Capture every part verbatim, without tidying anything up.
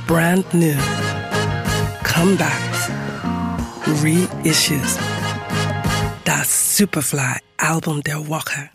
brand new, comebacks, reissues. Das Superfly-Album der Woche.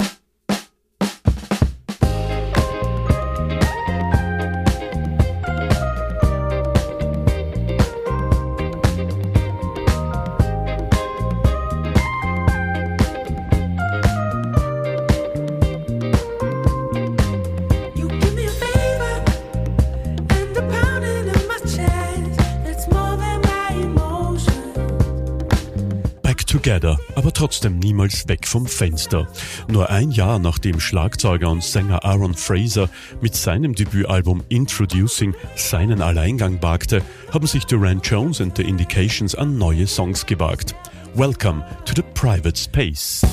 Together, aber trotzdem niemals weg vom Fenster. Nur ein Jahr nachdem Schlagzeuger und Sänger Aaron Fraser mit seinem Debütalbum Introducing seinen Alleingang wagte, haben sich Durand Jones and the Indications an neue Songs gewagt. Welcome to the Private Space.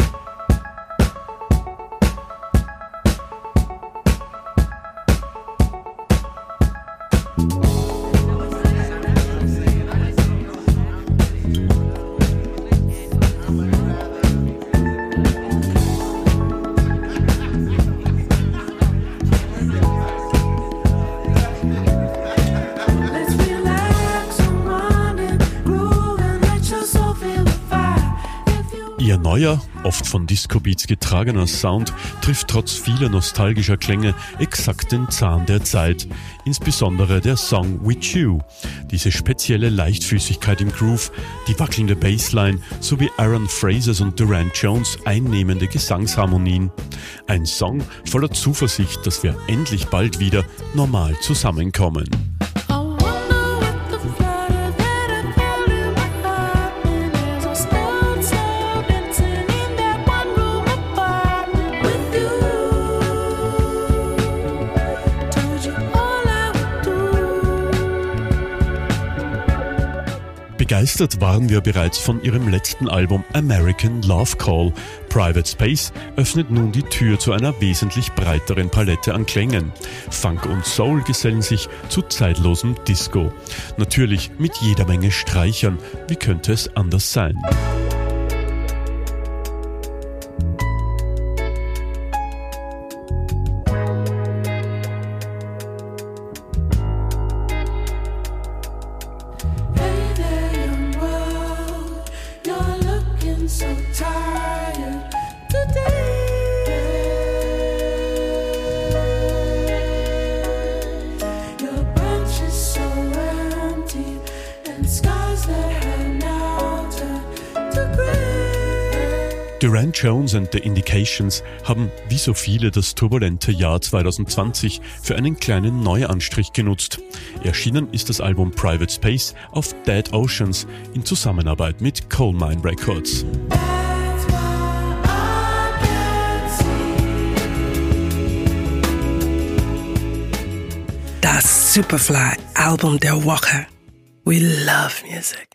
Ihr neuer, oft von Disco-Beats getragener Sound trifft trotz vieler nostalgischer Klänge exakt den Zahn der Zeit, insbesondere der Song With You. Diese spezielle Leichtfüßigkeit im Groove, die wackelnde Bassline sowie Aaron Frasers und Durand Jones einnehmende Gesangsharmonien. Ein Song voller Zuversicht, dass wir endlich bald wieder normal zusammenkommen. Begeistert waren wir bereits von ihrem letzten Album American Love Call. Private Space öffnet nun die Tür zu einer wesentlich breiteren Palette an Klängen. Funk und Soul gesellen sich zu zeitlosem Disco. Natürlich mit jeder Menge Streichern. Wie könnte es anders sein? So tired today. Your bench is so empty, and skies that have now turned to grey. Durand Jones and the Indications haben wie so viele das turbulente Jahr zwanzig zwanzig für einen kleinen Neuanstrich genutzt. Erschienen ist das Album Private Space auf Dead Oceans in Zusammenarbeit mit Coal Mine Records. Das Superfly-Album der Woche. We love music.